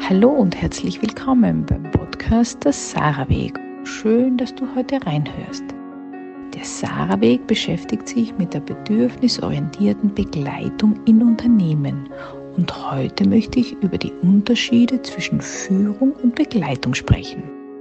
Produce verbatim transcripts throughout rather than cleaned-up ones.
Hallo und herzlich willkommen beim Podcast Der Sarah-Weg. Schön, dass du heute reinhörst. Der Sarah-Weg beschäftigt sich mit der bedürfnisorientierten Begleitung in Unternehmen und heute möchte ich über die Unterschiede zwischen Führung und Begleitung sprechen.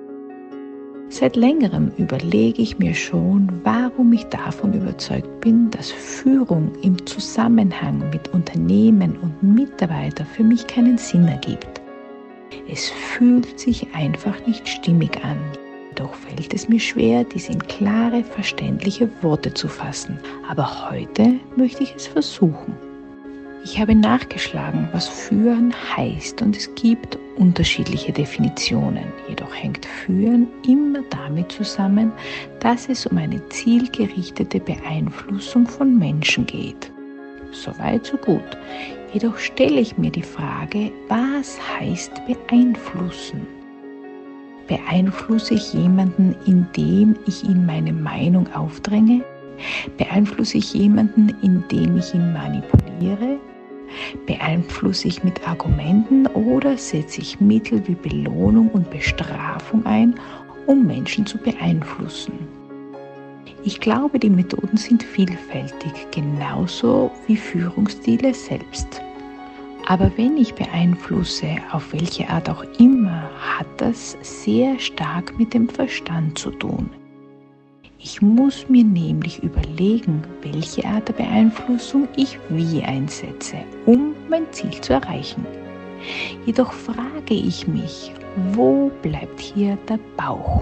Seit längerem überlege ich mir schon, warum ich davon überzeugt bin, dass Führung im Zusammenhang mit Unternehmen und Mitarbeitern für mich keinen Sinn ergibt. Es fühlt sich einfach nicht stimmig an, doch fällt es mir schwer, dies in klare, verständliche Worte zu fassen. Aber heute möchte ich es versuchen. Ich habe nachgeschlagen, was Führen heißt und es gibt unterschiedliche Definitionen. Jedoch hängt Führen immer damit zusammen, dass es um eine zielgerichtete Beeinflussung von Menschen geht. Soweit, so gut. Jedoch stelle ich mir die Frage, was heißt beeinflussen? Beeinflusse ich jemanden, indem ich ihm meine Meinung aufdränge? Beeinflusse ich jemanden, indem ich ihn manipuliere? Beeinflusse ich mit Argumenten oder setze ich Mittel wie Belohnung und Bestrafung ein, um Menschen zu beeinflussen? Ich glaube, die Methoden sind vielfältig, genauso wie Führungsstile selbst. Aber wenn ich beeinflusse, auf welche Art auch immer, hat das sehr stark mit dem Verstand zu tun. Ich muss mir nämlich überlegen, welche Art der Beeinflussung ich wie einsetze, um mein Ziel zu erreichen. Jedoch frage ich mich, wo bleibt hier der Bauch?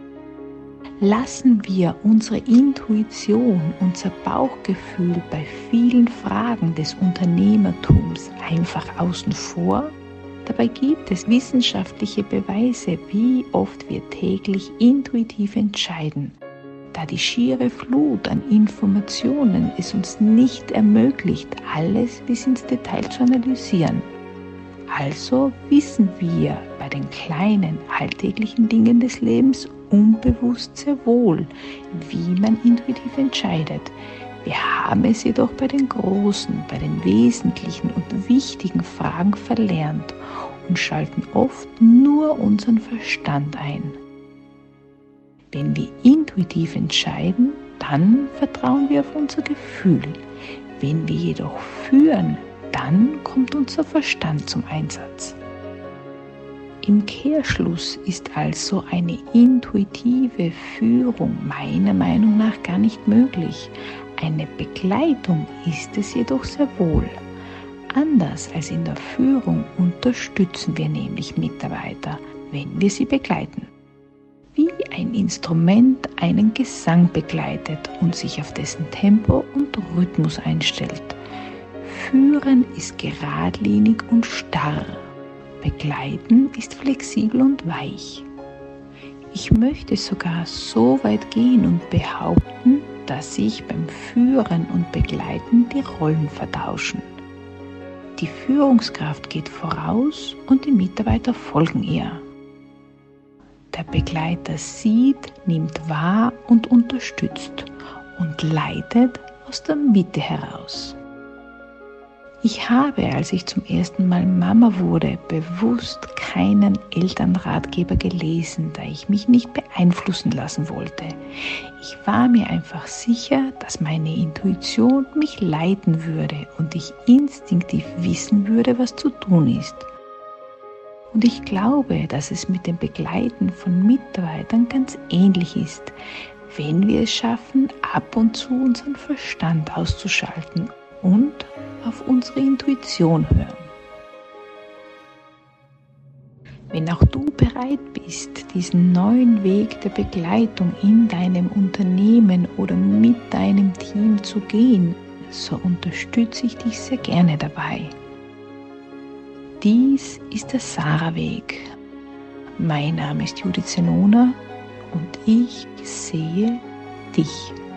Lassen wir unsere Intuition, unser Bauchgefühl bei vielen Fragen des Unternehmertums einfach außen vor? Dabei gibt es wissenschaftliche Beweise, wie oft wir täglich intuitiv entscheiden, da die schiere Flut an Informationen es uns nicht ermöglicht, alles bis ins Detail zu analysieren. Also wissen wir bei den kleinen, alltäglichen Dingen des Lebens unbewusst sehr wohl, wie man intuitiv entscheidet. Wir haben es jedoch bei den großen, bei den wesentlichen und wichtigen Fragen verlernt und schalten oft nur unseren Verstand ein. Wenn wir intuitiv entscheiden, dann vertrauen wir auf unser Gefühl. Wenn wir jedoch führen, dann kommt unser Verstand zum Einsatz. Im Kehrschluss ist also eine intuitive Führung meiner Meinung nach gar nicht möglich. Eine Begleitung ist es jedoch sehr wohl. Anders als in der Führung unterstützen wir nämlich Mitarbeiter, wenn wir sie begleiten. Wie ein Instrument einen Gesang begleitet und sich auf dessen Tempo und Rhythmus einstellt. Führen ist geradlinig und starr. Begleiten ist flexibel und weich. Ich möchte sogar so weit gehen und behaupten, dass sich beim Führen und Begleiten die Rollen vertauschen. Die Führungskraft geht voraus und die Mitarbeiter folgen ihr. Der Begleiter sieht, nimmt wahr und unterstützt und leitet aus der Mitte heraus. Ich habe, als ich zum ersten Mal Mama wurde, bewusst keinen Elternratgeber gelesen, da ich mich nicht beeinflussen lassen wollte. Ich war mir einfach sicher, dass meine Intuition mich leiten würde und ich instinktiv wissen würde, was zu tun ist. Und ich glaube, dass es mit dem Begleiten von Mitarbeitern ganz ähnlich ist, wenn wir es schaffen, ab und zu unseren Verstand auszuschalten und auf unsere Intuition hören. Wenn auch du bereit bist, diesen neuen Weg der Begleitung in deinem Unternehmen oder mit deinem Team zu gehen, so unterstütze ich dich sehr gerne dabei. Dies ist der Sarah-Weg. Mein Name ist Judith Zenona und ich sehe dich.